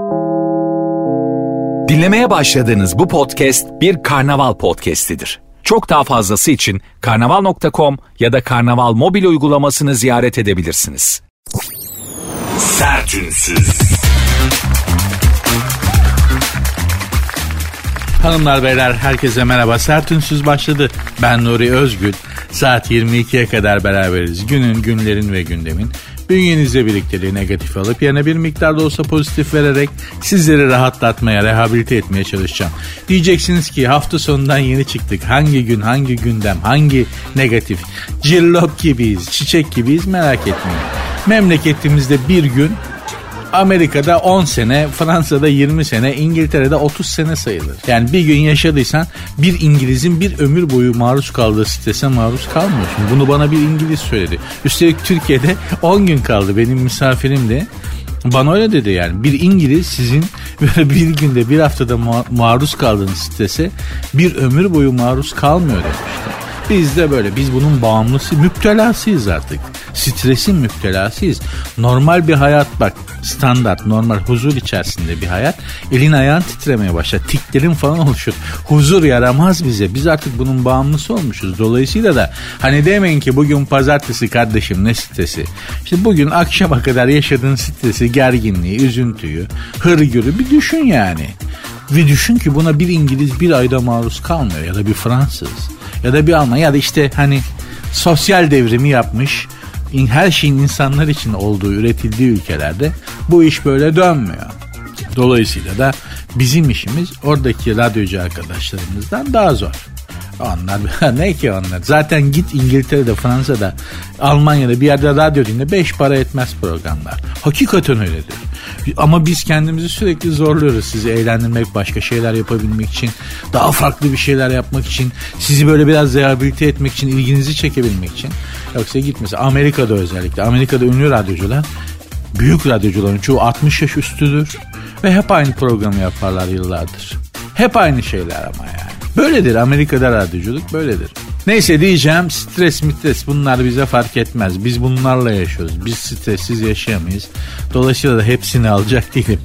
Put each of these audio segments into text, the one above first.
Dinlemeye başladığınız bu podcast bir karnaval podcastidir. Çok daha fazlası için karnaval.com ya da karnaval mobil uygulamasını ziyaret edebilirsiniz. Sertünsüz. Hanımlar beyler herkese merhaba. Sertünsüz başladı. Ben Nuri Özgül. Saat 22'ye kadar beraberiz. Günlerin ve gündemin bünyenizde birlikteliği negatif alıp yerine bir miktar da olsa pozitif vererek sizleri rahatlatmaya, rehabilite etmeye çalışacağım. Diyeceksiniz ki hafta sonundan yeni çıktık. Hangi gün, hangi gündem, hangi negatif? Cillop gibiyiz, çiçek gibiyiz, merak etmeyin. Memleketimizde bir gün, Amerika'da 10 sene, Fransa'da 20 sene, İngiltere'de 30 sene sayılır. Yani bir gün yaşadıysan bir İngiliz'in bir ömür boyu maruz kaldığı strese maruz kalmıyorsun. Bunu bana bir İngiliz söyledi. Üstelik Türkiye'de 10 gün kaldı, benim misafirim de. Bana öyle dedi yani. Bir İngiliz sizin böyle bir günde, bir haftada maruz kaldığınız strese bir ömür boyu maruz kalmıyor demişti. Biz de böyle, biz bunun bağımlısı, müptelasıyız artık. Stresin müptelasıyız. Normal bir hayat bak, standart, normal, huzur içerisinde bir hayat. Elin ayağın titremeye başlar. Tiklerin falan oluşur. Huzur yaramaz bize. Biz artık bunun bağımlısı olmuşuz. Dolayısıyla da hani demeyin ki bugün pazartesi kardeşim ne stresi. İşte bugün akşama kadar yaşadığın stresi, gerginliği, üzüntüyü, hırgürü bir düşün yani. Bir düşün ki buna bir İngiliz bir ayda maruz kalmıyor, ya da bir Fransız, ya da bir Alman, ya da işte hani sosyal devrimi yapmış, her şeyin insanlar için olduğu, üretildiği ülkelerde bu iş böyle dönmüyor. Dolayısıyla da bizim işimiz oradaki radyocu arkadaşlarımızdan daha zor. Onlar ne ki onlar? Zaten git İngiltere'de, Fransa'da, Almanya'da bir yerde radyo dinle, 5 para etmez programlar. Hakikaten öyledir. Ama biz kendimizi sürekli zorluyoruz. Sizi eğlendirmek, başka şeyler yapabilmek için, daha farklı bir şeyler yapmak için, sizi böyle biraz rehabilite etmek için, ilginizi çekebilmek için. Yoksa git mesela Amerika'da, özellikle Amerika'da ünlü radyocular, büyük radyocuların çoğu 60 yaş üstüdür ve hep aynı programı yaparlar yıllardır. Hep aynı şeyler ama yani. Böyledir, Amerika'da radyoculuk böyledir. Neyse, diyeceğim, stres bunlar bize fark etmez. Biz bunlarla yaşıyoruz. Biz stressiz yaşayamayız. Dolayısıyla da hepsini alacak değilim.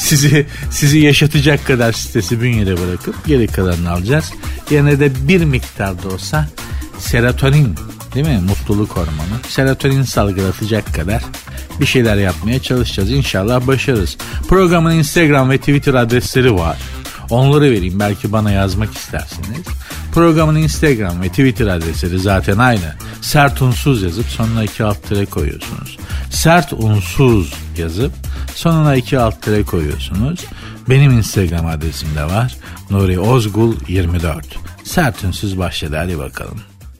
Sizi yaşatacak kadar stresi bünyede bırakıp geri kalanını alacağız. Yerine de bir miktar da olsa serotonin, değil mi? Mutluluk hormonu. Serotonin salgılatacak kadar bir şeyler yapmaya çalışacağız. İnşallah başarırız. Programın Instagram ve Twitter adresleri var. Onları vereyim, belki bana yazmak istersiniz. Programın Instagram ve Twitter adresleri zaten aynı. Sert Unsuz yazıp sonuna 2 alt tire koyuyorsunuz. Sert Unsuz yazıp sonuna 2 alt tire koyuyorsunuz. Benim Instagram adresim de var. Nuri Ozgul 24. Sert Unsuz başladı, hadi bakalım.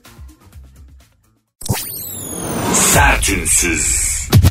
Sertünsüz.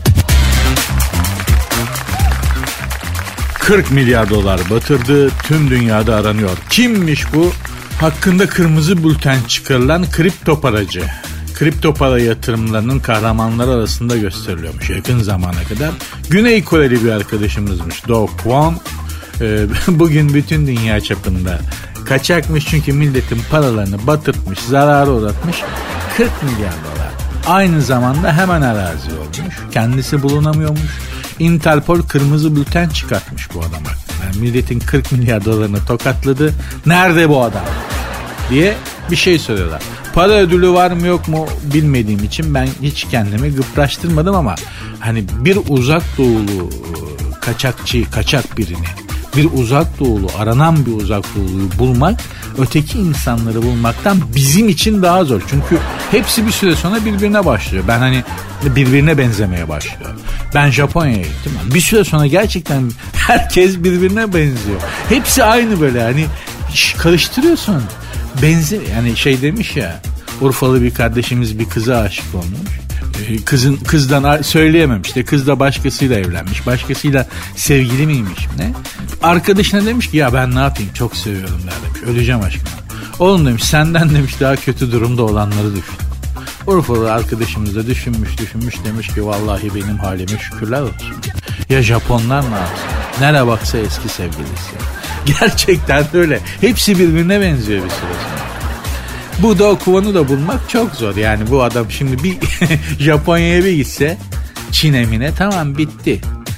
40 milyar dolar batırdı, tüm dünyada aranıyor. Kimmiş bu? Hakkında kırmızı bülten çıkarılan kripto paracı. Kripto para yatırımlarının kahramanları arasında gösteriliyormuş yakın zamana kadar. Güney Koreli bir arkadaşımızmış, Do Kwon. Bugün bütün dünya çapında kaçakmış, çünkü milletin paralarını batırtmış, zarara uğratmış. 40 milyar dolar. Aynı zamanda hemen arazi olmuş. Kendisi bulunamıyormuş. Interpol kırmızı bülten çıkartmış bu adam hakkında. Yani milletin 40 milyar dolarını tokatladı. Nerede bu adam diye bir şey soruyorlar. Para ödülü var mı yok mu bilmediğim için ben hiç kendimi gıpraştırmadım, ama hani bir uzak doğulu kaçak birini, bir uzak doğulu, aranan bir uzak doğuluyu bulmak, öteki insanları bulmaktan bizim için daha zor. Çünkü hepsi bir süre sonra birbirine başlıyor. Ben hani birbirine benzemeye başlıyor. Ben Japonya'ya gittim. Bir süre sonra gerçekten herkes birbirine benziyor. Hepsi aynı böyle, hani karıştırıyorsun. Yani şey demiş ya, Urfalı bir kardeşimiz bir kıza aşık olmuş. Kızdan söyleyememiş de, kız da başkasıyla evlenmiş. Başkasıyla sevgili miymiş ne? Arkadaşına demiş ki ya ben ne yapayım, çok seviyorum demiş. Öleceğim aşkına. Oğlum demiş, senden demiş daha kötü durumda olanları düşün. Urfalı arkadaşımız da düşünmüş demiş ki vallahi benim halime şükürler olsun. Ya Japonlar ne yapsın? Nereye baksa eski sevgilisi. Gerçekten öyle. Hepsi birbirine benziyor bir süre sonra. Bu Do Kwon'u da bulmak çok zor. Yani bu adam şimdi bir Japonya'ya bir gitse, Çin emine, tamam bitti.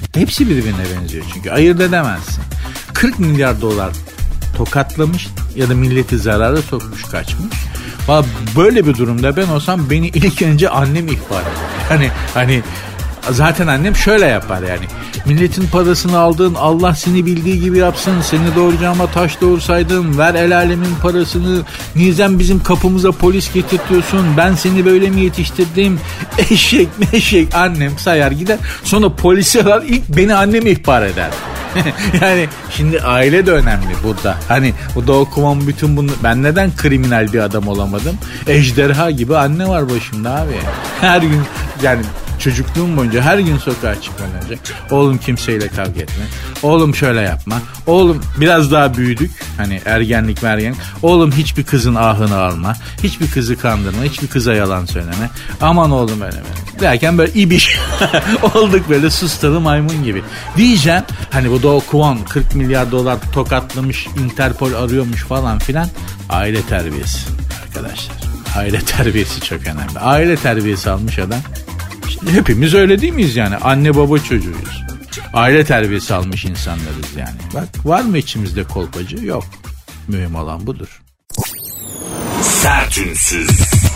Hepsi birbirine benziyor çünkü ayırt edemezsin. 40 milyar dolar tokatlamış ya da milleti zarara sokmuş, kaçmış. Böyle bir durumda ben olsam beni ilk önce annem ihbar eder. Hani zaten annem şöyle yapar yani. Milletin parasını aldın, Allah seni bildiği gibi yapsın, seni doğuracağıma taş doğursaydım, ver el alemin parasını, nizem bizim kapımıza polis getirtiyorsun, ben seni böyle mi yetiştirdim, eşek annem sayar gider. Sonra polisi arar, ilk beni annem ihbar eder. Yani şimdi aile de önemli burada. Hani bu da okumam bütün bunu. Ben neden kriminal bir adam olamadım? Ejderha gibi anne var başımda abi. Her gün yani çocukluğum boyunca her gün sokağa çıkmadan önce oğlum kimseyle kavga etme, oğlum şöyle yapma, oğlum biraz daha büyüdük hani ergenlik oğlum hiçbir kızın ahını alma, hiçbir kızı kandırma, hiçbir kıza yalan söyleme, aman oğlum öyle derken böyle ibiş olduk, böyle sustalı maymun gibi diyeceğim. Hani bu Do Kwon 40 milyar dolar tokatlamış, Interpol arıyormuş falan filan. Aile terbiyesi arkadaşlar, aile terbiyesi çok önemli. Aile terbiyesi almış adam. Hepimiz öyle değil miyiz yani? Anne baba çocuğuyuz. Aile terbiyesi almış insanlarız yani. Bak, var mı içimizde kolpacı? Yok. Mühim olan budur. Sertünsüz.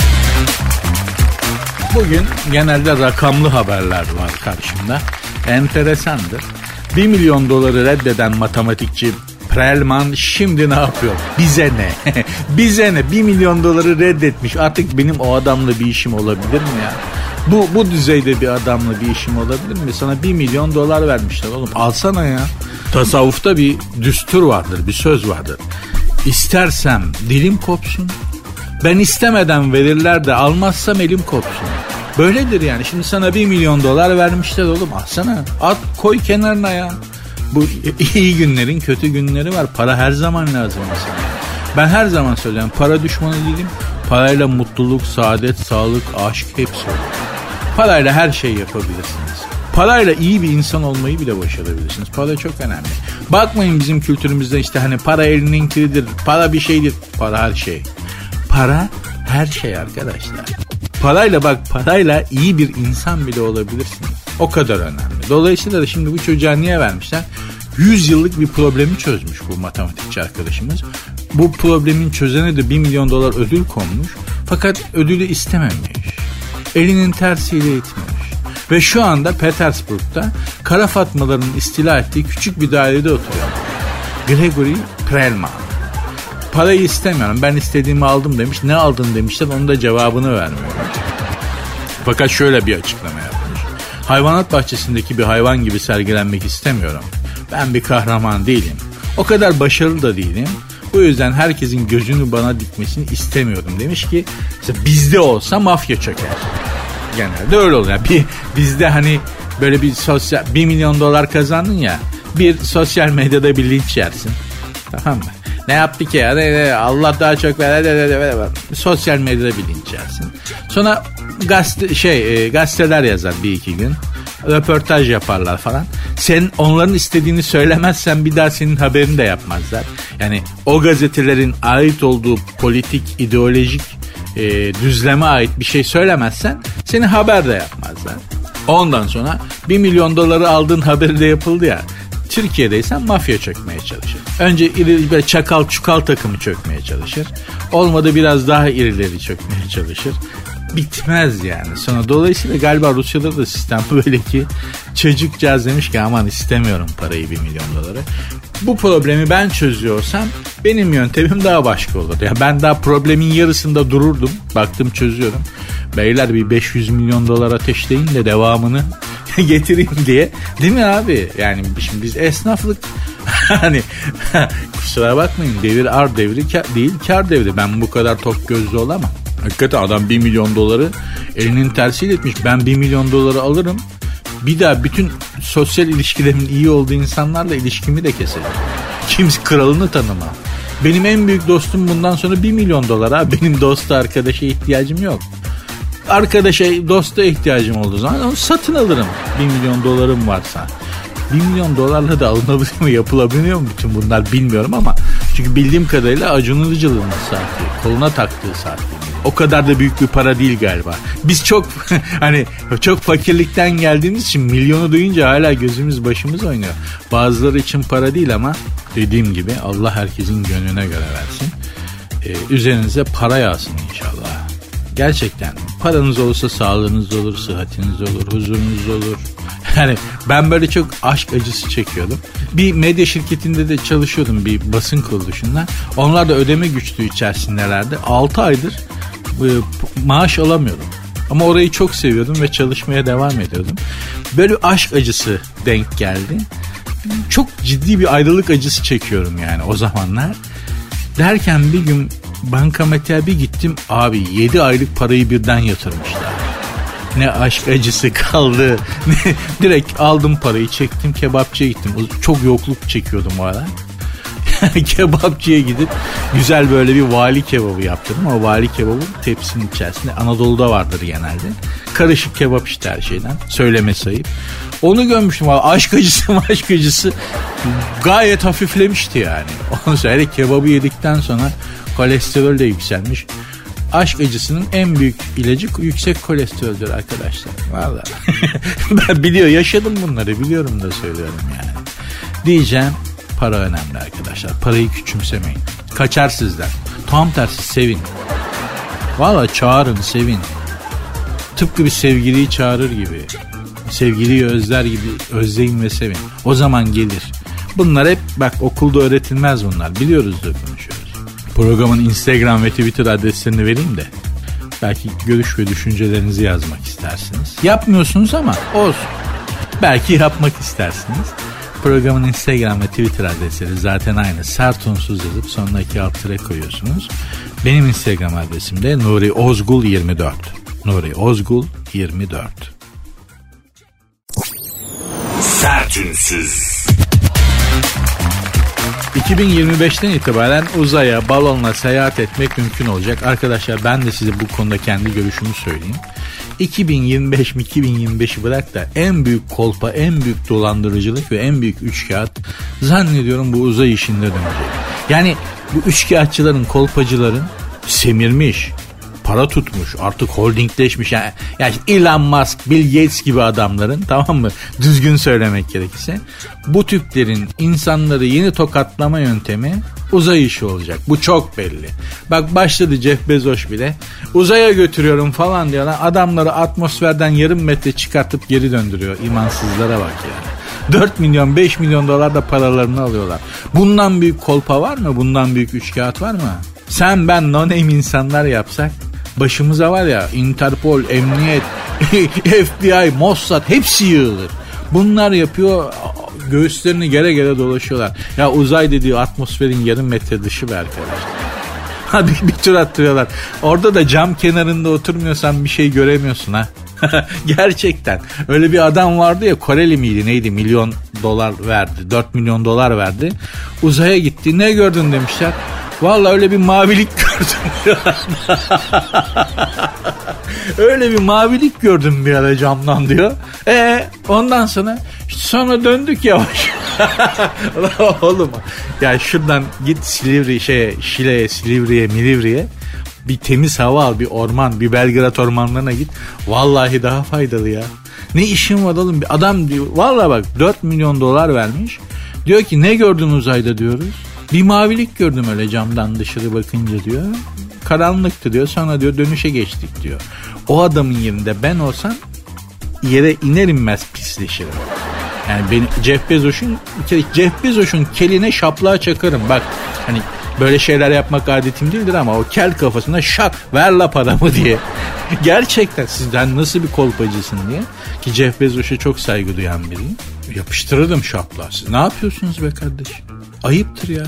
Bugün genelde rakamlı haberler var karşımda. Enteresandır. 1 milyon doları reddeden matematikçi Perelman şimdi ne yapıyor? Bize ne? Bize ne? 1 milyon doları reddetmiş. Artık benim o adamla bir işim olabilir mi ya? Bu düzeyde bir adamla bir işim olabilir mi? Sana 1 milyon dolar vermişler oğlum. Alsana ya. Tasavvufta bir düstur vardır, bir söz vardır. İstersem dilim kopsun. Ben istemeden verirler de almazsam elim kopsun. Böyledir yani. Şimdi sana 1 milyon dolar vermişler oğlum. Alsana. At koy kenarına ya. Bu iyi günlerin kötü günleri var. Para her zaman lazım mesela. Ben her zaman söylüyorum. Para düşmanı değilim. Parayla mutluluk, saadet, sağlık, aşk hepsi olur. Parayla her şeyi yapabilirsiniz. Parayla iyi bir insan olmayı bile başarabilirsiniz. Para çok önemli. Bakmayın bizim kültürümüzde işte hani para elinin kiridir, para bir şeydir. Para her şey. Para her şey arkadaşlar. Parayla iyi bir insan bile olabilirsiniz. O kadar önemli. Dolayısıyla da şimdi bu çocuğa niye vermişler? 100 yıllık bir problemi çözmüş bu matematikçi arkadaşımız. Bu problemin çözene de 1 milyon dolar ödül konmuş. Fakat ödülü istememiş. Elinin tersiyle itmemiş. Ve şu anda Petersburg'da kara fatmaların istila ettiği küçük bir dairede oturuyor. Gregory Perelman. Parayı istemiyorum, ben istediğimi aldım demiş. Ne aldın demişler, onun da cevabını vermiyor. Fakat şöyle bir açıklama yapmış. Hayvanat bahçesindeki bir hayvan gibi sergilenmek istemiyorum. Ben bir kahraman değilim. O kadar başarılı da değilim. Bu yüzden herkesin gözünü bana dikmesini istemiyorum demiş ki işte bizde olsa mafya çöker. Genelde öyle oluyor. Bizde hani böyle bir sosyal 1 milyon dolar kazandın ya, bir sosyal medyada bir linç yersin. Tamam mı? Ne yaptı ki ya? Allah daha çok ver. Sosyal medyada bir linç yersin. Sonra gazeteler yazar bir iki gün. Röportaj yaparlar falan. Sen onların istediğini söylemezsen bir daha senin haberini de yapmazlar. Yani o gazetelerin ait olduğu politik, ideolojik düzleme ait bir şey söylemezsen seni haber de yapmazlar. Ondan sonra 1 milyon doları aldığın haberi de yapıldı ya. Türkiye'deysen mafya çökmeye çalışır. Önce iri çakal çukal takımı çökmeye çalışır. Olmadı biraz daha irileri çökmeye çalışır. Bitmez yani. Sonra dolayısıyla galiba Rusya'da da sistem böyle ki çocukcağız demiş ki aman istemiyorum parayı 1 milyon doları. Bu problemi ben çözüyorsam benim yöntemim daha başka olur. Yani ben daha problemin yarısında dururdum. Baktım çözüyorum. Beyler bir 500 milyon dolar ateşleyin de devamını getireyim diye. Değil mi abi? Yani şimdi biz esnaflık hani kusura bakmayın, devir ar devri değil kar devri. Ben bu kadar tok gözlü olamam. Hakikaten adam 1 milyon doları elinin tersiyle etmiş. Ben 1 milyon doları alırım. Bir daha bütün sosyal ilişkilerimin iyi olduğu insanlarla ilişkimi de keserim. Kimse kralını tanımam. Benim en büyük dostum bundan sonra 1 milyon dolar ha. Benim dosta arkadaşa ihtiyacım yok. Arkadaşa dosta ihtiyacım olduğu zaman onu satın alırım. 1 milyon dolarım varsa. 1 milyon dolarla da alınabiliyor mu, yapılabiliyor mu bütün bunlar bilmiyorum ama Çünkü bildiğim kadarıyla Acun Ilıcalı'nın saati, koluna taktığı saat. O kadar da büyük bir para değil galiba. Biz çok hani çok fakirlikten geldiğimiz için milyonu duyunca hala gözümüz başımız oynuyor. Bazıları için para değil ama dediğim gibi Allah herkesin gönlüne göre versin. Üzerinize para yağsın inşallah. Gerçekten paranız olursa sağlığınız olur, sıhhatiniz olur, huzurunuz olur. Yani ben böyle çok aşk acısı çekiyordum. Bir medya şirketinde de çalışıyordum, bir basın kuruluşunda. Onlar da ödeme güçlüğü içerisindelerdi. 6 aydır maaş alamıyordum. Ama orayı çok seviyordum ve çalışmaya devam ediyordum. Böyle aşk acısı denk geldi. Çok ciddi bir ayrılık acısı çekiyorum yani o zamanlar. Derken bir gün bankamatiğe bir gittim. Abi 7 aylık parayı birden yatırmışlar. Ne aşk acısı kaldı. Direkt aldım parayı, çektim, kebapçıya gittim. Çok yokluk çekiyordum o ara. Kebapçıya gidip güzel böyle bir vali kebabı yaptırdım. O vali kebabı tepsinin içerisinde, Anadolu'da vardır genelde. Karışık kebap işte her şeyden. Söylemesi ayıp. Onu görmüştüm. Aşk acısı gayet hafiflemişti yani. Onu söyle, kebabı yedikten sonra kolesterol de yükselmiş. Aşk acısının en büyük ilacı yüksek kolesteroldür arkadaşlar. Vallahi. Ben yaşadım bunları, biliyorum da söylüyorum yani. Diyeceğim, para önemli arkadaşlar. Parayı küçümsemeyin. Kaçar sizden. Tam tersi sevin. Vallahi çağırın, sevin. Tıpkı bir sevgiliyi çağırır gibi. Sevgiliyi özler gibi özleyin ve sevin. O zaman gelir. Bunlar hep bak okulda öğretilmez bunlar. Biliyoruz da konuşuyoruz. Programın Instagram ve Twitter adreslerini vereyim de belki görüş ve düşüncelerinizi yazmak istersiniz. Yapmıyorsunuz ama olsun. Belki yapmak istersiniz. Programın Instagram ve Twitter adresleri zaten aynı. Sert unsuz yazıp sonuna 2 alt tire koyuyorsunuz. Benim Instagram adresim de Nuri Ozgul 24. Nuri Ozgul 24. Sertünsüz. 2025'ten itibaren uzaya, balonla seyahat etmek mümkün olacak. Arkadaşlar ben de size bu konuda kendi görüşümü söyleyeyim. 2025'i bırak da en büyük kolpa, en büyük dolandırıcılık ve en büyük üçkağıt zannediyorum bu uzay işinde dönecek. Yani bu üçkağıtçıların, kolpacıların semirmiş, para tutmuş, artık holdingleşmiş. Yani Elon Musk, Bill Gates gibi adamların, tamam mı? Düzgün söylemek gerekirse bu tiplerin insanları yeni tokatlama yöntemi uzay işi olacak. Bu çok belli. Bak başladı Jeff Bezos bile. Uzaya götürüyorum falan diyorlar. Adamları atmosferden yarım metre çıkartıp geri döndürüyor. İmansızlara bak ya. 4 milyon 5 milyon dolar da paralarını alıyorlar. Bundan büyük kolpa var mı? Bundan büyük üçkağıt var mı? Sen ben no name insanlar yapsak başımıza var ya Interpol, Emniyet, FBI, Mossad hepsi yığılır. Bunlar yapıyor, göğüslerini gere gere dolaşıyorlar. Ya uzay dediği atmosferin yarım metre dışı be arkadaşlar. Hadi bir tur attırıyorlar. Orada da cam kenarında oturmuyorsan bir şey göremiyorsun ha. Gerçekten. Öyle bir adam vardı ya, Koreli miydi neydi, milyon dolar verdi. 4 milyon dolar verdi. Uzaya gitti. Ne gördün demişler. Vallahi öyle bir mavilik gördüm. Öyle bir mavilik gördüm bir ara camdan diyor. Ondan sonra döndük yavaş. Oğlum ya şuradan git Şile'ye, Silivri'ye, Milivri'ye bir temiz hava al, bir orman, bir Belgrad ormanlarına git. Vallahi daha faydalı ya. Ne işin var oğlum? Bir adam diyor, vallahi bak 4 milyon dolar vermiş. Diyor ki ne gördün uzayda diyoruz. Bir mavilik gördüm öyle camdan dışarı bakınca diyor. Karanlıktı diyor. Sonra diyor dönüşe geçtik diyor. O adamın yerinde ben olsam yere iner inmez pisleşirim. Yani Jeff Bezos'un keline şaplığa çakarım. Bak hani böyle şeyler yapmak adetim değildir ama o kel kafasına şak ver la paramı diye. Gerçekten sizden nasıl bir kolpacısın diye. Ki Jeff Bezos'a çok saygı duyan biriyim. Yapıştırırdım şaplığa. Siz ne yapıyorsunuz be kardeşim? Ayıptır ya.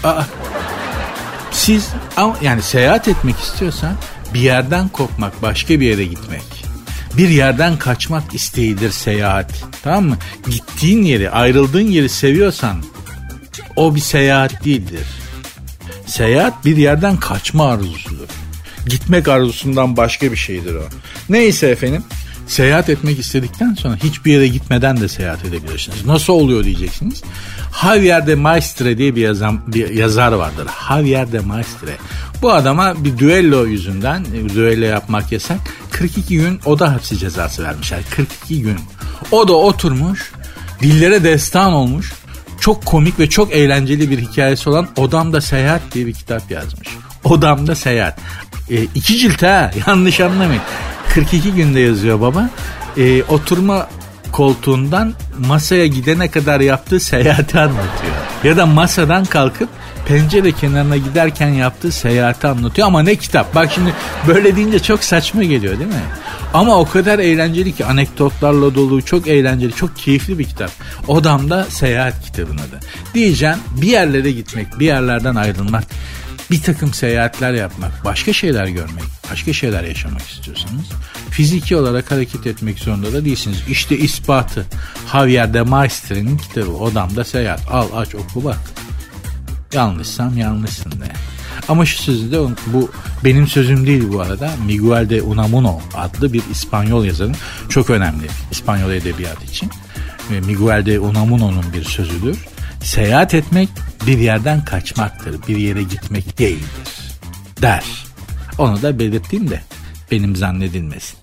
Siz yani seyahat etmek istiyorsan bir yerden kopmak, başka bir yere gitmek. Bir yerden kaçmak isteğidir seyahat. Tamam mı? Gittiğin yeri, ayrıldığın yeri seviyorsan o bir seyahat değildir. Seyahat bir yerden kaçma arzusudur. Gitmek arzusundan başka bir şeydir o. Neyse efendim. Seyahat etmek istedikten sonra hiçbir yere gitmeden de seyahat edebilirsiniz. Nasıl oluyor diyeceksiniz. Javier de Maistre diye bir yazar vardır. Javier de Maistre. Bu adama bir düello yüzünden, düello yapmak yasak, 42 gün oda hapsi cezası vermişler. 42 gün. O da oturmuş, dillere destan olmuş, çok komik ve çok eğlenceli bir hikayesi olan Odamda Seyahat diye bir kitap yazmış. Odamda Seyahat. 2 cilt ha, yanlış anlamayın. 42 günde yazıyor baba. Oturma koltuğundan masaya gidene kadar yaptığı seyahati anlatıyor. Ya da masadan kalkıp pencere kenarına giderken yaptığı seyahati anlatıyor. Ama ne kitap. Bak şimdi böyle deyince çok saçma geliyor değil mi? Ama o kadar eğlenceli ki, anekdotlarla dolu, çok eğlenceli, çok keyifli bir kitap. Odamda Seyahat kitabın adı. Diyeceğim, bir yerlere gitmek, bir yerlerden ayrılmak, bir takım seyahatler yapmak, başka şeyler görmek, başka şeyler yaşamak istiyorsanız fiziki olarak hareket etmek zorunda da değilsiniz. İşte ispatı. Javier de Maistre'nin kitabı Odamda Seyahat. Al, aç, oku, bak. Yanlışsam yanlışsın de. Ama şu sözü de, bu benim sözüm değil bu arada. Miguel de Unamuno adlı bir İspanyol yazarın, çok önemli İspanyol edebiyat için. Miguel de Unamuno'nun bir sözüdür. Seyahat etmek bir yerden kaçmaktır, bir yere gitmek değildir der. Onu da belirteyim de benim zannedilmesin.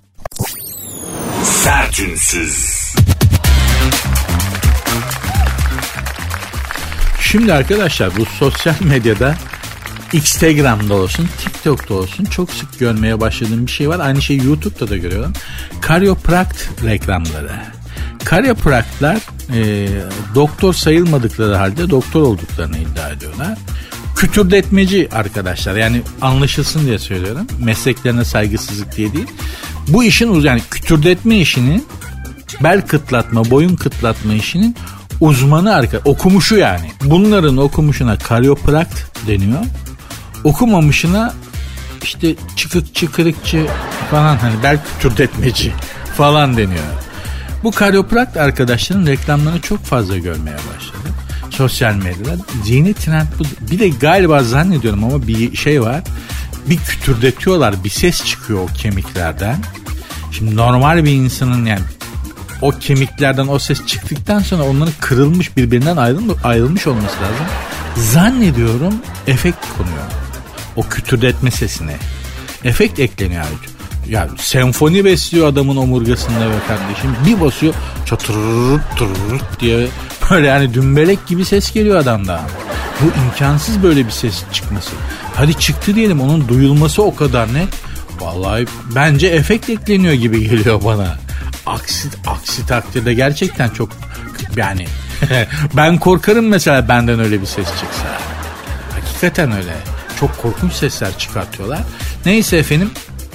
Sertünsüz. Şimdi arkadaşlar, bu sosyal medyada, Instagram'da olsun, TikTok'ta olsun çok sık görmeye başladığım bir şey var. Aynı şeyi YouTube'da da görüyorum. Karyoprakt reklamları. Karyopraktlar doktor sayılmadıkları halde doktor olduklarını iddia ediyorlar. Kütürdetmeci arkadaşlar, yani anlaşılsın diye söylüyorum. Mesleklerine saygısızlık diye değil. Bu işin yani kütürdetme işinin, bel kıtlatma, boyun kıtlatma işinin uzmanı okumuşu yani. Bunların okumuşuna karyoprakt deniyor. Okumamışına işte çıkıkçı, kırıkçı falan, hani bel kütürdetmeci falan deniyor. Bu karyoprakt arkadaşların reklamlarını çok fazla görmeye başladı sosyal medyada. Yeni trend bu. Bir de galiba zannediyorum ama bir şey var. Bir kütürdetiyorlar, bir ses çıkıyor o kemiklerden. Şimdi normal bir insanın, yani o kemiklerden o ses çıktıktan sonra onların kırılmış, birbirinden ayrılmış olması lazım. Zannediyorum efekt konuyor o kütürdetme sesine. Efekt ekleniyor. Ya senfoni besliyor adamın omurgasında be kardeşim. Bir basıyor, çatırırt tırırt diye böyle, yani dümbelek gibi ses geliyor adamda. Bu imkansız böyle bir ses çıkması. Hadi çıktı diyelim, onun duyulması o kadar net. Vallahi bence efekt ekleniyor gibi geliyor bana. Aksi takdirde gerçekten çok, yani ben korkarım mesela, benden öyle bir ses çıksa. Hakikaten öyle. Çok korkunç sesler çıkartıyorlar. Neyse efendim,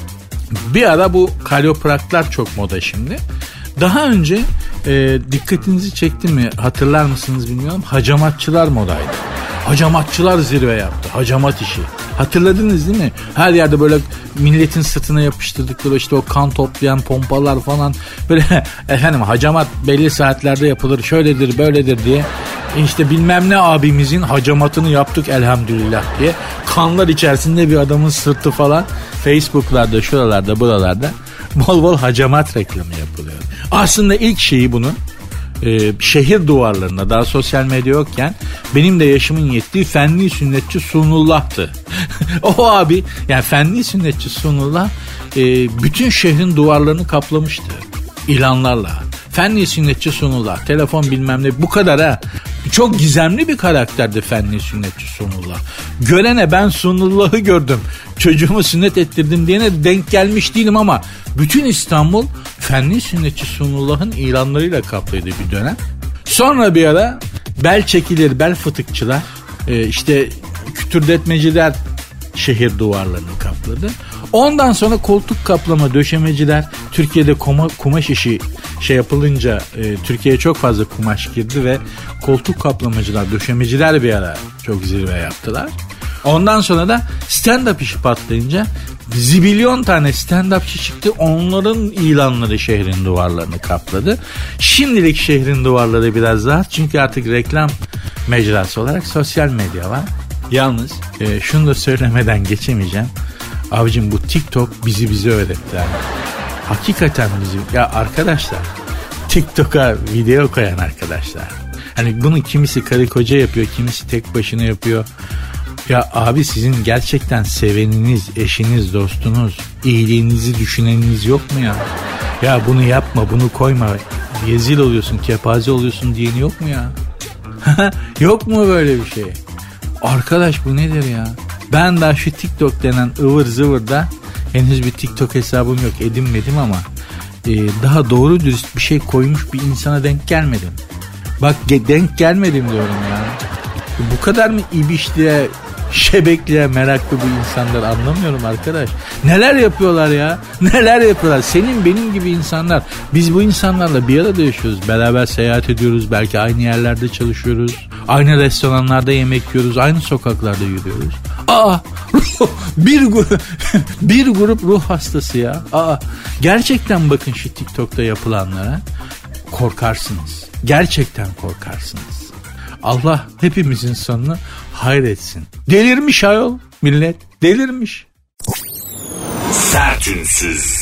bir ara bu karyopraktlar çok moda şimdi. Daha önce dikkatinizi çekti mi, hatırlar mısınız bilmiyorum, hacamatçılar modaydı. Hacamatçılar zirve yaptı. Hacamat işi. Hatırladınız değil mi? Her yerde böyle milletin sırtına yapıştırdıkları işte o kan toplayan pompalar falan. Böyle efendim hacamat belli saatlerde yapılır, şöyledir böyledir diye. İşte bilmem ne abimizin hacamatını yaptık elhamdülillah diye. Kanlar içerisinde bir adamın sırtı falan. Facebook'larda, şuralarda, buralarda bol bol hacamat reklamı yapılıyor. Aslında ilk şeyi bunun şehir duvarlarında, daha sosyal medya yokken, benim de yaşımın yettiği fenli sünnetçi Sunullah'tı. O abi, yani fenli sünnetçi Sunullah bütün şehrin duvarlarını kaplamıştı ilanlarla. Fenli sünnetçi Sunullah, telefon bilmem ne, bu kadar ha. Çok gizemli bir karakterdi fenli sünnetçi Sunullah. Görene ben Sunullah'ı gördüm, çocuğumu sünnet ettirdim diyene denk gelmiş değilim ama bütün İstanbul fenli sünnetçi Sunullah'ın ilanlarıyla kaplıydı bir dönem. Sonra bir ara bel çekilir, bel fıtıkçılar, işte kütürdetmeciler şehir duvarlarını kapladı. Ondan sonra koltuk kaplama döşemeciler, Türkiye'de kumaş işi yapılınca Türkiye'ye çok fazla kumaş girdi ve koltuk kaplamacılar, döşemeciler bir ara çok zirve yaptılar. Ondan sonra da stand-up işi patlayınca zibilyon tane stand-upçı çıktı. Onların ilanları şehrin duvarlarını kapladı. Şimdilik şehrin duvarları biraz rahat, çünkü artık reklam mecrası olarak sosyal medya var. Yalnız şunu da söylemeden geçemeyeceğim. Abicim, bu TikTok bizi öğretti. Yani. Hakikaten bizi. Ya arkadaşlar, TikTok'a video koyan arkadaşlar. Hani bunu kimisi karı koca yapıyor, kimisi tek başına yapıyor. Ya abi sizin gerçekten seveniniz, eşiniz, dostunuz, iyiliğinizi düşüneniniz yok mu ya? Ya bunu yapma, bunu koyma, rezil oluyorsun, kepaze oluyorsun diyeni yok mu ya? Yok mu böyle bir şey? Arkadaş bu nedir ya? Ben daha şu TikTok denen ıvır zıvırda henüz bir TikTok hesabım yok, edinmedim ama daha doğru dürüst bir şey koymuş bir insana denk gelmedim. Bak denk gelmedim diyorum ya. Bu kadar mı ibişliğe, şebekliğe meraklı bu insanlar, anlamıyorum arkadaş. Neler yapıyorlar ya? Neler yapıyorlar? Senin benim gibi insanlar. Biz bu insanlarla bir arada yaşıyoruz. Beraber seyahat ediyoruz. Belki aynı yerlerde çalışıyoruz. Aynı restoranlarda yemek yiyoruz. Aynı sokaklarda yürüyoruz. Bir grup ruh hastası ya. Gerçekten bakın şu TikTok'ta yapılanlara korkarsınız. Gerçekten korkarsınız. Allah hepimizin sonunu hayretsin. Delirmiş ayol millet. Delirmiş. Sertünsüz.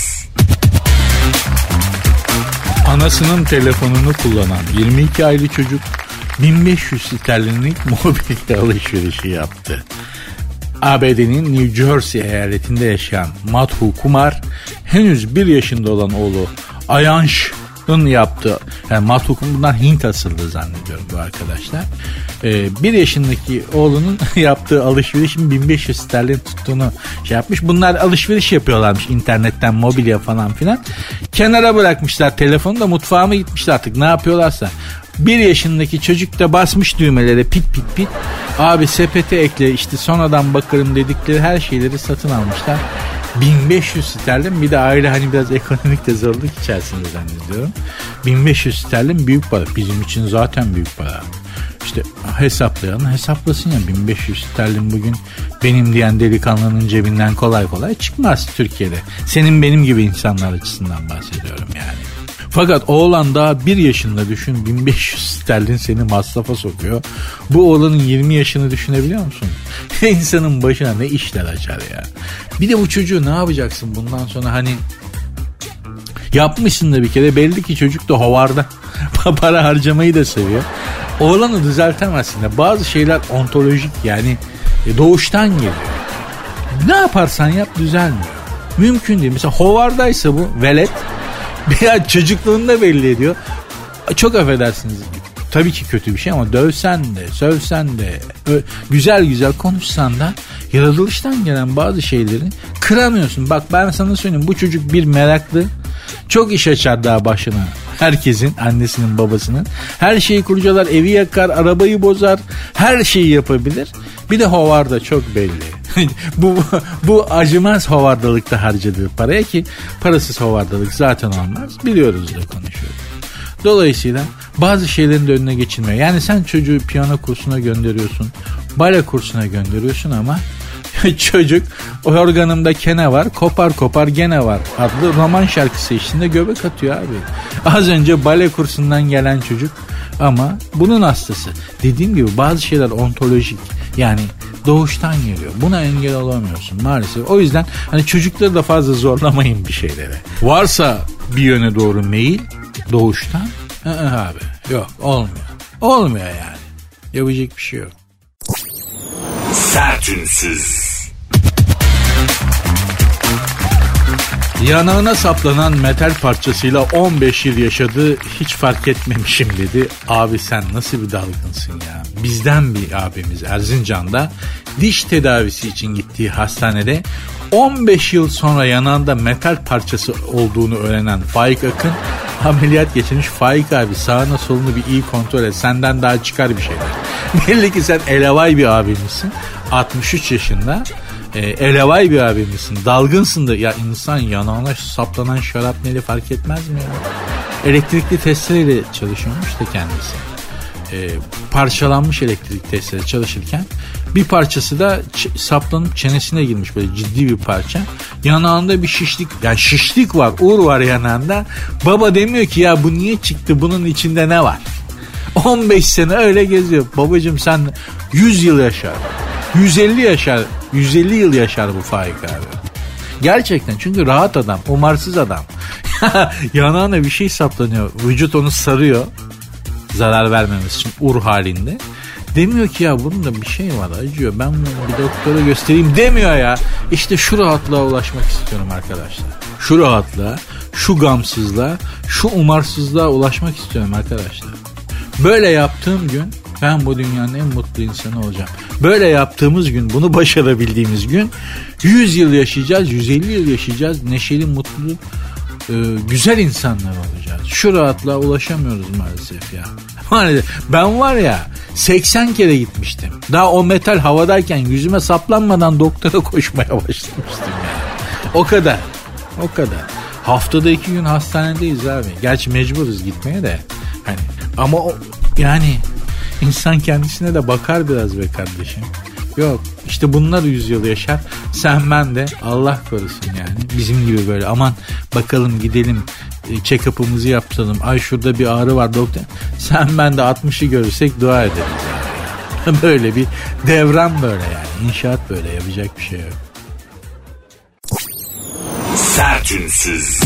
Anasının telefonunu kullanan 22 aylık çocuk 1500 sterlinlik mobilya alışverişi yaptı. ABD'nin New Jersey eyaletinde yaşayan Madhu Kumar henüz 1 yaşında olan oğlu Ayansh'ın yaptığı, yani Madhu bunlar Hint asıllı zannediyorum bu arkadaşlar. 1 yaşındaki oğlunun yaptığı alışverişin 1500 sterlin tuttuğunu yapmış. Bunlar alışveriş yapıyorlarmış internetten, mobilya falan filan. Kenara bırakmışlar telefonu da mutfağa mı gitmişler artık ne yapıyorlarsa. 1 yaşındaki çocuk da basmış düğmelere pit. Abi sepete ekle işte sonradan bakarım dedikleri her şeyleri satın almışlar. 1500 sterlin, bir de aile hani biraz ekonomik de zorluk içerisinde zannediyorum. 1500 sterlin büyük para. Bizim için zaten büyük para. İşte hesaplayan hesaplasın ya, 1500 sterlin bugün benim diyen delikanlının cebinden kolay kolay çıkmaz Türkiye'de. Senin benim gibi insanlar açısından bahsediyorum yani. Fakat oğlan daha 1 yaşında düşün, 1500 sterlin seni masrafa sokuyor. Bu oğlanın 20 yaşını düşünebiliyor musun? İnsanın başına ne işler açar ya. Bir de bu çocuğu ne yapacaksın bundan sonra, hani yapmışsın da bir kere, belli ki çocuk da hovarda para harcamayı da seviyor. Oğlanı düzeltemezsin de, bazı şeyler ontolojik yani doğuştan geliyor. Ne yaparsan yap düzelmiyor. Mümkün değil. Mesela hovardaysa bu velet veya çocukluğunda belli ediyor. Çok affedersiniz. Tabii ki kötü bir şey ama dövsen de, sövsen de, güzel konuşsan da yaratılıştan gelen bazı şeyleri kıramıyorsun. Bak ben sana söyleyeyim, bu çocuk bir meraklı. Çok iş açar daha başına. Herkesin, annesinin, babasının. Her şeyi kurcalar, evi yakar, arabayı bozar. Her şeyi yapabilir. Bir de hovarda çok belli. bu acımaz hovardalıkta harcadığı paraya, ki parasız hovardalık zaten olmaz. Biliyoruz da konuşuyoruz. Dolayısıyla bazı şeylerin de önüne geçilmiyor. Yani sen çocuğu piyano kursuna gönderiyorsun, bale kursuna gönderiyorsun ama çocuk organımda kene var, kopar gene var adlı roman şarkısı eşliğinde göbek atıyor abi. Az önce bale kursundan gelen çocuk ama bunun hastası. Dediğim gibi bazı şeyler ontolojik, yani doğuştan geliyor. Buna engel olamıyorsun maalesef. O yüzden hani çocukları da fazla zorlamayın bir şeylere. Varsa bir yöne doğru meyil doğuştan, abi yok, olmuyor yani. Yapacak bir şey yok. Sertünsüz. Yanağına saplanan metal parçasıyla 15 yıl yaşadı, hiç fark etmemişim dedi. Abi sen nasıl bir dalgınsın ya. Bizden bir abimiz Erzincan'da diş tedavisi için gittiği hastanede 15 yıl sonra yanağında metal parçası olduğunu öğrenen Faik Akın ameliyat geçirmiş. Faik abi sağına solunu bir iyi kontrol et, senden daha çıkar bir şeyler. Belli ki sen elevay bir abimizsin, 63 yaşında. Elevay bir abimizsin, dalgınsın da. Ya insan yanağına saplanan şarapneli fark etmez mi ya? Elektrikli testereyle çalışıyormuş da kendisi. Parçalanmış elektrik testere çalışırken bir parçası da saplanıp çenesine girmiş, böyle ciddi bir parça. Yanağında bir şişlik, yani şişlik var, uğur var yanağında. Baba demiyor ki ya bu niye çıktı, bunun içinde ne var? 15 sene öyle geziyor. Babacığım sen 100 yıl yaşar, 150 yaşar, 150 yıl yaşar bu Faik abi. Gerçekten, çünkü rahat adam, umarsız adam. Yanağına bir şey saplanıyor, vücut onu sarıyor. zarar vermemesi için halinde. Demiyor ki ya bunda bir şey var, acıyor, ben bunu bir doktora göstereyim demiyor ya. İşte şu rahatlığa ulaşmak istiyorum arkadaşlar. Şu rahatlığa, şu gamsızlığa, şu umarsızlığa ulaşmak istiyorum arkadaşlar. Böyle yaptığım gün ben bu dünyanın en mutlu insanı olacağım. Böyle yaptığımız gün, bunu başarabildiğimiz gün 100 yıl yaşayacağız, 150 yıl yaşayacağız. Neşeli, mutlu, güzel insanlar olacağız. Şu rahatlığa ulaşamıyoruz maalesef ya. Ben var ya 80 kere gitmiştim. Daha o metal havadayken yüzüme saplanmadan doktora koşmaya başlamıştım yani. O kadar. Haftada 2 gün hastanedeyiz abi. Gerçi mecburuz gitmeye de. Hani ama yani insan kendisine de bakar biraz be kardeşim. Yok işte bunlar 100 yıl yaşar. Sen ben de Allah korusun yani. Bizim gibi böyle aman bakalım gidelim check-up'ımızı yaptıralım. Ay şurada bir ağrı var doktor. Sen ben de 60'ı görürsek dua ederiz yani. Böyle bir devran böyle yani. İnşaat böyle, yapacak bir şey yok. Sertünsüz.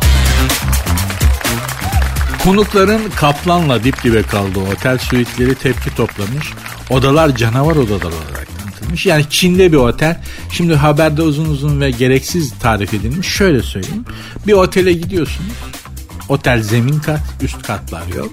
Konukların kaplanla dip dibe kaldığı otel suitleri tepki toplamış. Odalar canavar odalar olarak tanıtılmış. Yani Çin'de bir otel. Şimdi haberde uzun uzun ve gereksiz tarif edilmiş. Şöyle söyleyeyim. Bir otele gidiyorsunuz. Otel zemin kat, üst katlar yok.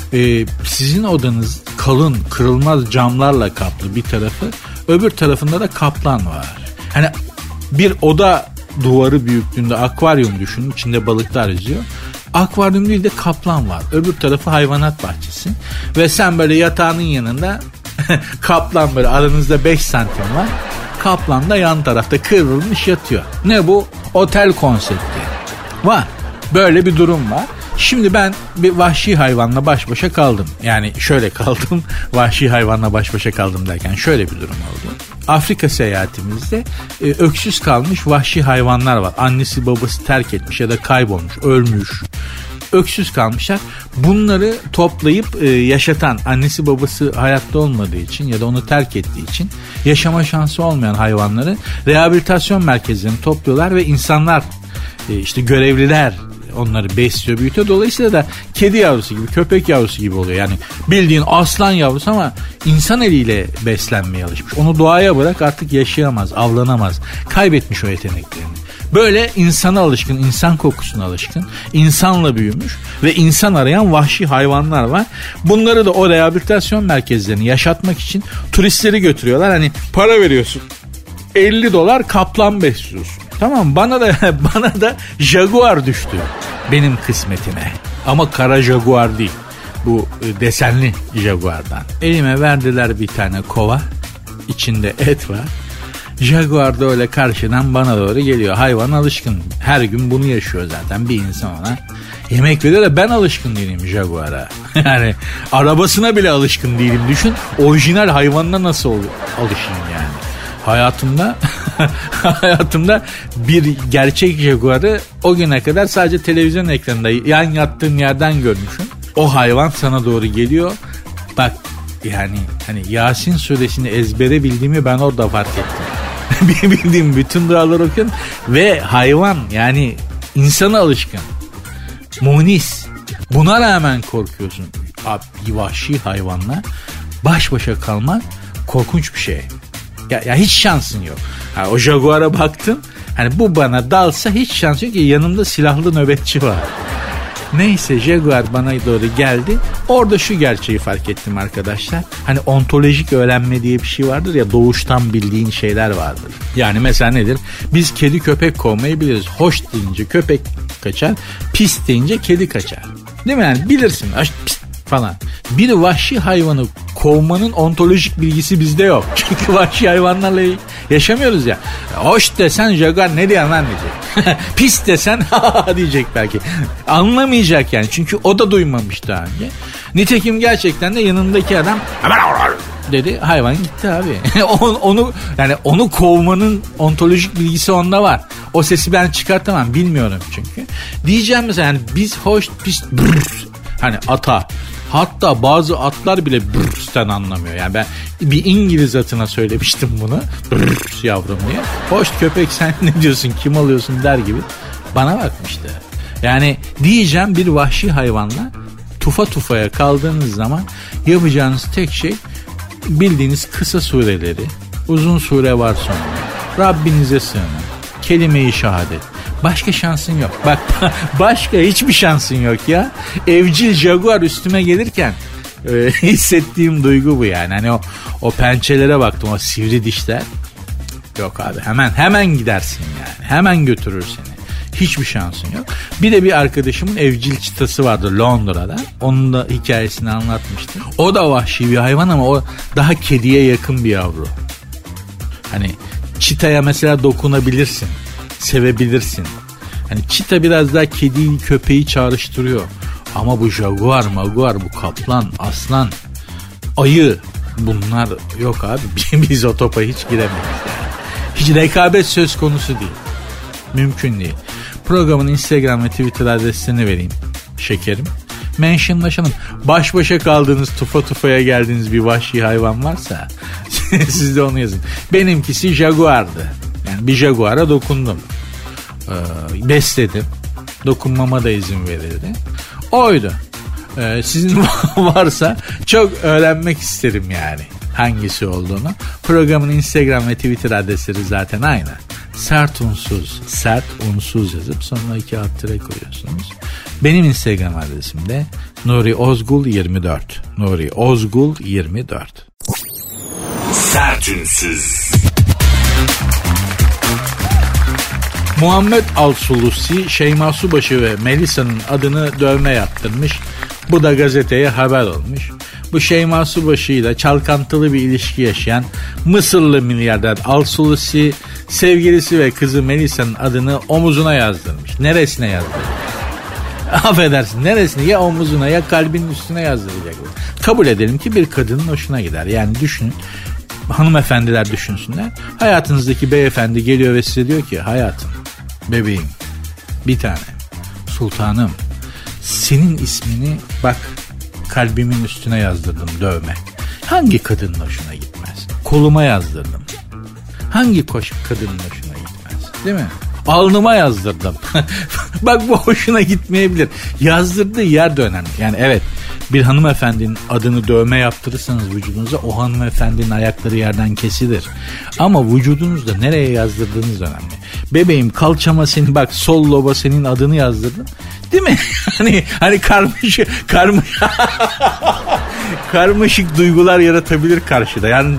Sizin odanız kalın, kırılmaz camlarla kaplı bir tarafı. Öbür tarafında da kaplan var. Hani bir oda duvarı büyüklüğünde akvaryum düşünün. İçinde balıklar yüzüyor. Akvaryum değil de kaplan var. Öbür tarafı hayvanat bahçesi. Ve sen böyle yatağının yanında kaplan böyle aranızda 5 santim var. Kaplan da yan tarafta kıvrılmış yatıyor. Ne bu? Otel konsepti. Var. Böyle bir durum var. Şimdi ben bir vahşi hayvanla baş başa kaldım. Yani şöyle kaldım. Vahşi hayvanla baş başa kaldım derken şöyle bir durum oldu. Afrika seyahatimizde öksüz kalmış vahşi hayvanlar var. Annesi babası terk etmiş ya da kaybolmuş, ölmüş. Öksüz kalmışlar. Bunları toplayıp yaşatan, annesi babası hayatta olmadığı için ya da onu terk ettiği için yaşama şansı olmayan hayvanları rehabilitasyon merkezlerine topluyorlar ve insanlar, işte görevliler onları besliyor, büyütüyor. Dolayısıyla da kedi yavrusu gibi, köpek yavrusu gibi oluyor. Yani bildiğin aslan yavrusu ama insan eliyle beslenmeye alışmış. Onu doğaya bırak, artık yaşayamaz, avlanamaz. Kaybetmiş o yeteneklerini. Böyle insana alışkın, insan kokusuna alışkın, insanla büyümüş ve insan arayan vahşi hayvanlar var. Bunları da o rehabilitasyon merkezlerini yaşatmak için turistleri götürüyorlar. Hani para veriyorsun, $50 kaplan besliyorsun. Tamam, bana da jaguar düştü benim kısmetime. Ama kara jaguar değil. Bu desenli jaguardan. Elime verdiler bir tane kova. İçinde et var. Jaguar da öyle karşıdan bana doğru geliyor. Hayvan alışkın. Her gün bunu yaşıyor zaten. Bir insan ona yemek veriyor da ben alışkın değilim Jaguar'a. Yani arabasına bile alışkın değilim. Düşün, orijinal hayvanına nasıl alışayım yani. Hayatımda bir gerçek Jaguar'ı o güne kadar sadece televizyon ekranında yan yattığım yerden görmüşüm. O hayvan sana doğru geliyor. Bak yani hani Yasin suresini ezbere bildiğimi ben orada fark ettim. Bildiğim bütün duaları okuyorum ve hayvan yani insana alışkın. Munis. Buna rağmen korkuyorsun. Abi vahşi hayvanla baş başa kalmak korkunç bir şey. Ya hiç şansın yok. Ha, o Jaguar'a baktım. Hani bu bana dalsa hiç şans yok ki, yanımda silahlı nöbetçi var. Neyse Jaguar bana doğru geldi. Orada şu gerçeği fark ettim arkadaşlar. Hani ontolojik öğrenme diye bir şey vardır ya, doğuştan bildiğin şeyler vardır. Yani mesela nedir? Biz kedi köpek kovmayı biliriz. Hoş deyince köpek kaçar, pis deyince kedi kaçar. Değil mi yani? Bilirsin. Pis falan. Bir vahşi hayvanı kovmanın ontolojik bilgisi bizde yok. Çünkü vahşi hayvanlarla yaşamıyoruz ya. Hoş desen Jaguar ne diyor lan diyecek. Pis desen diyecek belki. Anlamayacak yani. Çünkü o da duymamış daha önce. Nitekim gerçekten de yanındaki adam dedi, hayvan gitti abi. onu kovmanın ontolojik bilgisi onda var. O sesi ben çıkartamam, bilmiyorum çünkü. Diyeceğim mesela yani biz hoş pis hani ata, hatta bazı atlar bile brrr'ten anlamıyor. Yani ben bir İngiliz atına söylemiştim bunu. Brrr yavrum diye. Hoş köpek sen ne diyorsun, kim alıyorsun der gibi bana bakmıştı. Yani diyeceğim bir vahşi hayvanla tufa tufaya kaldığınız zaman yapacağınız tek şey bildiğiniz kısa sureleri, uzun sure var sonra, Rabbinize sığının, kelime-i şehadet. Başka şansın yok. Bak başka hiçbir şansın yok ya. Evcil jaguar üstüme gelirken hissettiğim duygu bu yani. Hani o pençelere baktım, o sivri dişler. Yok abi, hemen gidersin yani. Hemen götürür seni. Hiçbir şansın yok. Bir de bir arkadaşımın evcil çitası vardı Londra'da. Onun da hikayesini anlatmıştım. O da vahşi bir hayvan ama o daha kediye yakın bir yavru. Hani çitaya mesela dokunabilirsin. Sevebilirsin. Hani çita biraz daha kediyi, köpeği çağrıştırıyor. Ama bu jaguar, bu kaplan, aslan, ayı, bunlar yok abi. Biz o topa hiç giremeyiz yani. Hiç rekabet söz konusu değil. Mümkün değil. Programın Instagram ve Twitter adresini vereyim şekerim. Mentionlaşalım. Baş başa kaldığınız, tufa tufaya geldiğiniz bir vahşi hayvan varsa siz de onu yazın. Benimkisi jaguardı. Yani bir jaguara dokundum. Besledim. Dokunmama da izin verildi. Oydu. Sizin varsa çok öğrenmek isterim yani hangisi olduğunu. Programın Instagram ve Twitter adresleri zaten aynı. Sert unsuz yazıp sonuna 2 alt tire koyuyorsunuz. Benim Instagram adresim de Nuri Ozgul 24. Nuri Ozgul 24. Sert Unsuz. Muhammed Al-Sulusi, Şeyma Subaşı ve Melisa'nın adını dövme yaptırmış. Bu da gazeteye haber olmuş. Bu Şeyma Subaşı ile çalkantılı bir ilişki yaşayan Mısırlı milyarder Al-Sulusi, sevgilisi ve kızı Melisa'nın adını omuzuna yazdırmış. Neresine yazdırmış? Affedersin, neresine? Ya omuzuna ya kalbinin üstüne yazdıracak. Kabul edelim ki bir kadının hoşuna gider. Yani düşünün, hanımefendiler düşünsünler. Hayatınızdaki beyefendi geliyor ve size diyor ki hayatım, bebeğim, bir tane, sultanım, senin ismini bak kalbimin üstüne yazdırdım dövme. Hangi kadının hoşuna gitmez? Koluma yazdırdım. Hangi kadının hoşuna gitmez? Değil mi? Alnıma yazdırdım. Bak bu hoşuna gitmeyebilir. Yazdırdığı yer de önemli. Yani evet, bir hanımefendinin adını dövme yaptırırsanız vücudunuza, o hanımefendinin ayakları yerden kesilir. Ama vücudunuzda nereye yazdırdığınız önemli. Bebeğim kalçama senin, bak sol loba senin adını yazdırdım. Değil mi? hani karmaşık duygular yaratabilir karşıda. Yani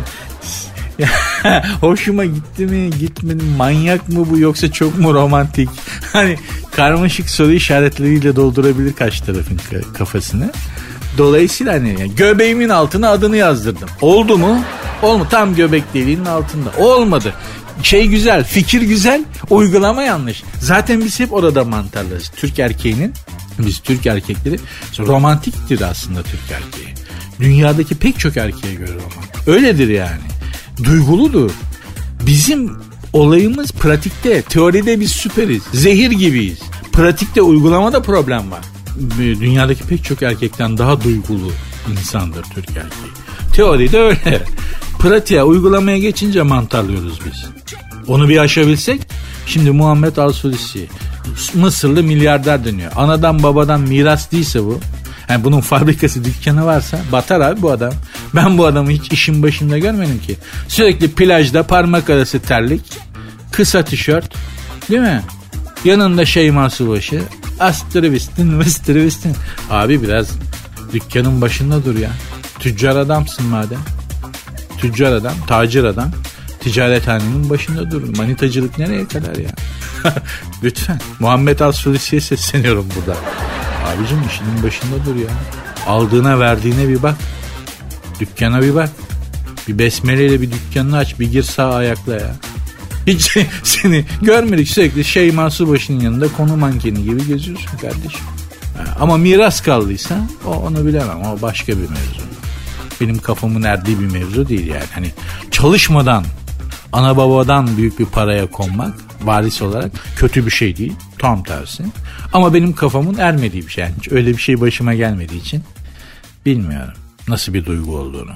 hoşuma gitti mi gitmedi mi, manyak mı bu yoksa çok mu romantik, hani karmaşık soru işaretleriyle doldurabilir karşı tarafın kafasını. Dolayısıyla hani göbeğimin altına adını yazdırdım. Oldu mu? Olmadı. Tam göbek deliğinin altında. Olmadı. Şey güzel, fikir güzel, uygulama yanlış. Zaten biz hep orada mantarlarız. Biz Türk erkekleri romantiktir aslında Türk erkeği. Dünyadaki pek çok erkeğe göre romantik. Öyledir yani. Duyguludur. Bizim olayımız pratikte, teoride biz süperiz. Zehir gibiyiz. Pratikte, uygulamada problem var. Dünyadaki pek çok erkekten daha duygulu insandır Türk erkeği. Teoride öyle. Pratiğe, uygulamaya geçince mantarlıyoruz biz. Onu bir aşabilsek, şimdi Muhammed Al-Sulusi Mısırlı milyarder deniyor. Anadan babadan miras değilse bu, yani bunun fabrikası, dükkanı varsa batar abi bu adam. Ben bu adamı hiç işin başında görmedim ki. Sürekli plajda parmak arası terlik, kısa tişört, değil mi? Yanında Şeyma Subaşı, astırıvistin. Abi biraz dükkanın başında dur ya. Tüccar adamsın madem. Tüccar adam, tacir adam. Ticarethanenin başında dur. Manitacılık nereye kadar ya? Lütfen. Muhammed Al-Sulusi'ye sesleniyorum burada. Abicim işinin başında dur ya. Aldığına verdiğine bir bak. Dükkana bir bak. Bir besmeleyle bir dükkanını aç. Bir gir sağ ayakla ya. Hiç seni görmedik, sürekli Şeyma Subaşı'nın yanında konu mankeni gibi geziyorsun kardeşim. Ama miras kaldıysa onu bilemem. O başka bir mevzu. Benim kafamın erdiği bir mevzu değil yani. Hani çalışmadan, ana babadan büyük bir paraya konmak varis olarak kötü bir şey değil. Tam tersi. Ama benim kafamın ermediği bir şey. Yani hiç öyle bir şey başıma gelmediği için bilmiyorum nasıl bir duygu olduğunu.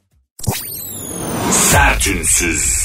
Sert Unsuz.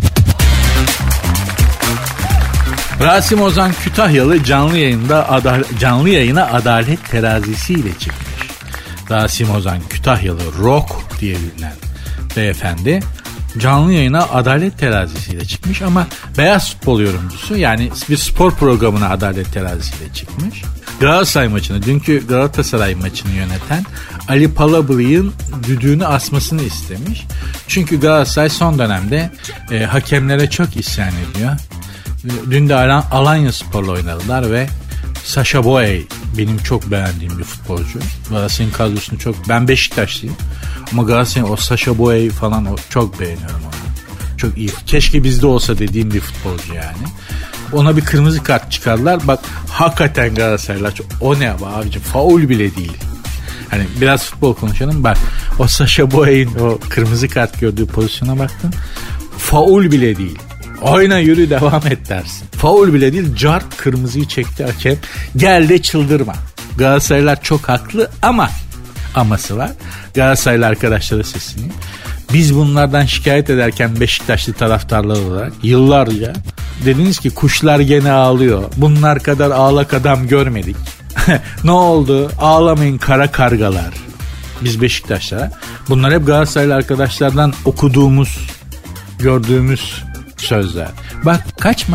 Rasim Ozan Kütahyalı canlı yayına adalet terazisiyle çıkmış. Rasim Ozan Kütahyalı Rock diye bilinen beyefendi canlı yayına adalet terazisiyle çıkmış ama beyaz futbol yorumcusu, yani bir spor programına adalet terazisiyle çıkmış. Galatasaray maçını, dünkü Galatasaray maçını yöneten Ali Palabıyık'ın düdüğünü asmasını istemiş. Çünkü Galatasaray son dönemde hakemlere çok isyan ediyor. Dün de Alanyaspor'la oynadılar ve Sacha Boey benim çok beğendiğim bir futbolcu. Galatasaray'ın kadrosunu çok... Ben Beşiktaşlıyım ama Galatasaray'ın o Sacha Boey falan çok beğeniyorum onu. Çok iyi. Keşke bizde olsa dediğim bir futbolcu yani. Ona bir kırmızı kart çıkardılar. Bak hakikaten Galatasaraylar o ne abicim, faul bile değil. Hani biraz futbol konuşalım. Bak o Sacha Boey'in o kırmızı kart gördüğü pozisyona baktın. Faul bile değil. Oyna yürü devam et dersin. Faul bile değil, cart kırmızıyı çekti hakem. Gel de çıldırma. Galatasaraylar çok haklı ama aması var. Galatasaraylı arkadaşlara sesleneyim. Biz bunlardan şikayet ederken Beşiktaşlı taraftarlar olarak yıllarca dediniz ki kuşlar gene ağlıyor. Bunlar kadar ağlak adam görmedik. Ne oldu? Ağlamayın kara kargalar. Biz Beşiktaşlara. Bunlar hep Galatasaraylı arkadaşlardan okuduğumuz, gördüğümüz sözler. Bak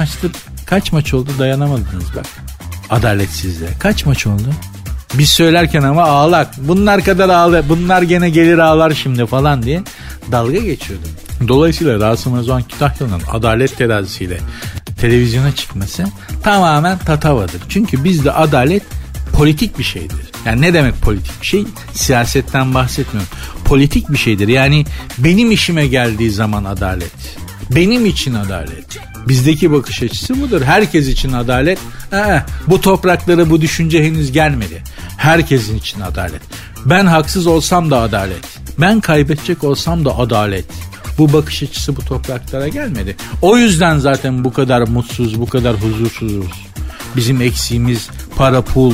kaç maç oldu dayanamadınız bak. Adaletsizliğe. Kaç maç oldu? Biz söylerken ama ağlak. Bunlar kadar ağlar. Bunlar gene gelir ağlar şimdi falan diye dalga geçiyordum. Dolayısıyla Rasim Ozan Kütahyalı'nın adalet terazisiyle televizyona çıkması tamamen tatavadır. Çünkü bizde adalet politik bir şeydir. Yani ne demek politik bir şey? Siyasetten bahsetmiyorum. Politik bir şeydir. Yani benim işime geldiği zaman adalet. Benim için adalet. Bizdeki bakış açısı budur. Herkes için adalet. Bu topraklara bu düşünce henüz gelmedi. Herkesin için adalet. Ben haksız olsam da adalet. Ben kaybedecek olsam da adalet. Bu bakış açısı bu topraklara gelmedi. O yüzden zaten bu kadar mutsuz, bu kadar huzursuzuz. Bizim eksiğimiz para, pul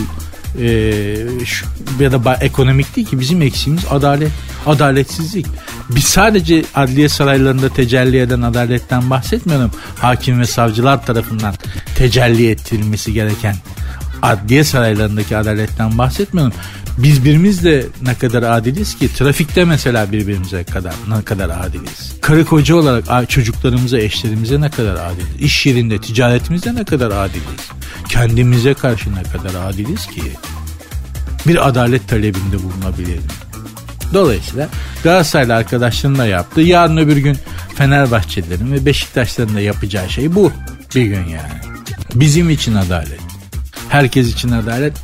ya da ekonomik değil ki. Bizim eksiğimiz adalet, adaletsizlik. Biz sadece adliye saraylarında tecelli eden adaletten bahsetmiyorum. Hakim ve savcılar tarafından tecelli ettirilmesi gereken adliye saraylarındaki adaletten bahsetmiyorum. Biz birimizle ne kadar adiliz ki, trafikte mesela birbirimize ne kadar adiliz. Karı koca olarak çocuklarımıza, eşlerimize ne kadar adiliz. İş yerinde, ticaretimizde ne kadar adiliz. Kendimize karşı ne kadar adiliz ki bir adalet talebinde bulunabilirim. Dolayısıyla Galatasaraylı arkadaşlarının da yaptığı, yarın öbür gün Fenerbahçelilerin ve Beşiktaşların da yapacağı şey bu bir gün yani. Bizim için adalet. Herkes için adalet.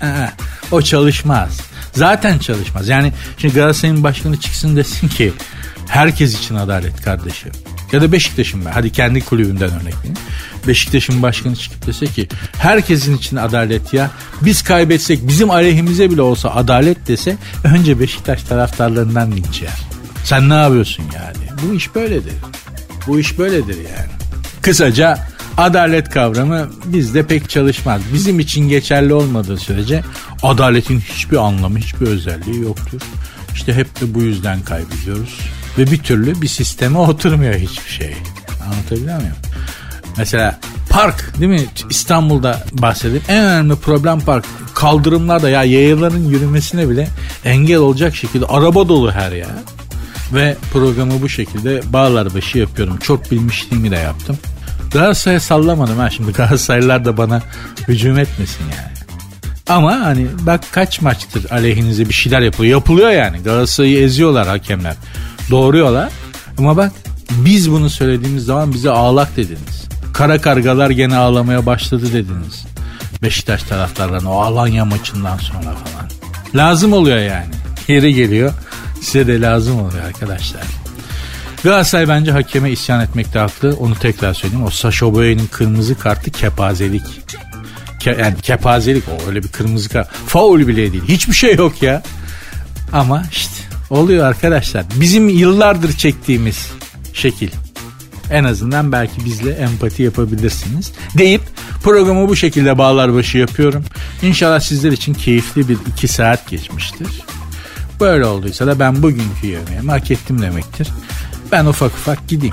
O çalışmaz. Zaten çalışmaz. Yani şimdi Galatasaray'ın başkanı çıksın desin ki herkes için adalet kardeşim. Ya da Beşiktaş'ın, ben hadi kendi kulübümden örnek vereyim. Beşiktaş'ın başkanı çıkıp dese ki herkesin için adalet ya. Biz kaybetsek bizim aleyhimize bile olsa adalet dese, önce Beşiktaş taraftarlarından linç yer. Sen ne yapıyorsun yani? Bu iş böyledir. Bu iş böyledir yani. Kısaca adalet kavramı bizde pek çalışmaz. Bizim için geçerli olmadığı sürece adaletin hiçbir anlamı, hiçbir özelliği yoktur. İşte hep de bu yüzden kaybediyoruz. Ve bir türlü bir sisteme oturmuyor hiçbir şey. Anlatabiliyor muyum? Mesela park, değil mi? İstanbul'da bahsedeyim. En önemli problem park. Kaldırımlarda ya yayaların yürümesine bile engel olacak şekilde araba dolu her yer. Ve programı bu şekilde Bağlarbaşı yapıyorum. Çok bilmişliğimi de yaptım. Galatasaray'a sallamadım ha, şimdi Galatasaraylılar da bana hücum etmesin yani. Ama hani bak kaç maçtır aleyhinize bir şeyler yapılıyor. Yapılıyor yani. Galatasaray'ı eziyorlar hakemler. Doğruyorlar. Ama bak biz bunu söylediğimiz zaman bize ağlak dediniz. Kara kargalar gene ağlamaya başladı dediniz. Beşiktaş taraftarlarına o Alanya maçından sonra falan. Lazım oluyor yani. Yeri geliyor. Size de lazım oluyor arkadaşlar. Galatasaray bence hakeme isyan etmekte haklı. Onu tekrar söyleyeyim. O Sacha Boey'nin kırmızı kartı kepazelik. Yani kepazelik, o öyle bir kırmızı kart. Faul bile değil. Hiçbir şey yok ya. Ama işte oluyor arkadaşlar. Bizim yıllardır çektiğimiz şekil. En azından belki bizle empati yapabilirsiniz deyip programı bu şekilde Bağlarbaşı yapıyorum. İnşallah sizler için keyifli bir 2 saat geçmiştir. Böyle olduysa da ben bugünkü yemeğimi hak ettim demektir. Ben ufak ufak gideyim.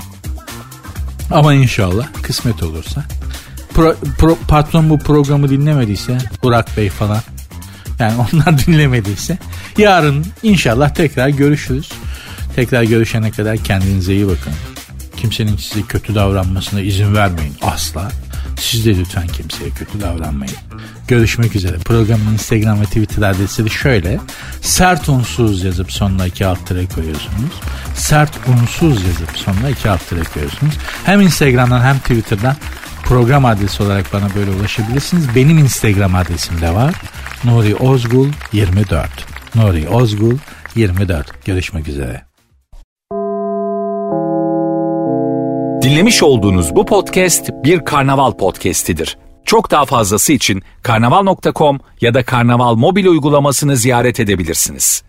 Ama inşallah kısmet olursa. Patron bu programı dinlemediyse, Burak Bey falan, Yani onlar dinlemediyse yarın inşallah tekrar görüşürüz. Tekrar görüşene kadar kendinize iyi bakın. Kimsenin size kötü davranmasına izin vermeyin asla. Siz de lütfen kimseye kötü davranmayın. Görüşmek üzere. Programın Instagram ve Twitter adresleri şöyle. Sert unsuz yazıp sonuna 2 alt tere koyuyorsunuz. Sert unsuz yazıp sonuna 2 alt tere koyuyorsunuz. Hem Instagram'dan hem Twitter'dan program adresi olarak bana böyle ulaşabilirsiniz. Benim Instagram adresim de var. Nuri Ozgul 24. Nuri Ozgul 24. Görüşmek üzere. Dinlemiş olduğunuz bu podcast bir Karnaval podcastidir. Çok daha fazlası için karnaval.com ya da Karnaval mobil uygulamasını ziyaret edebilirsiniz.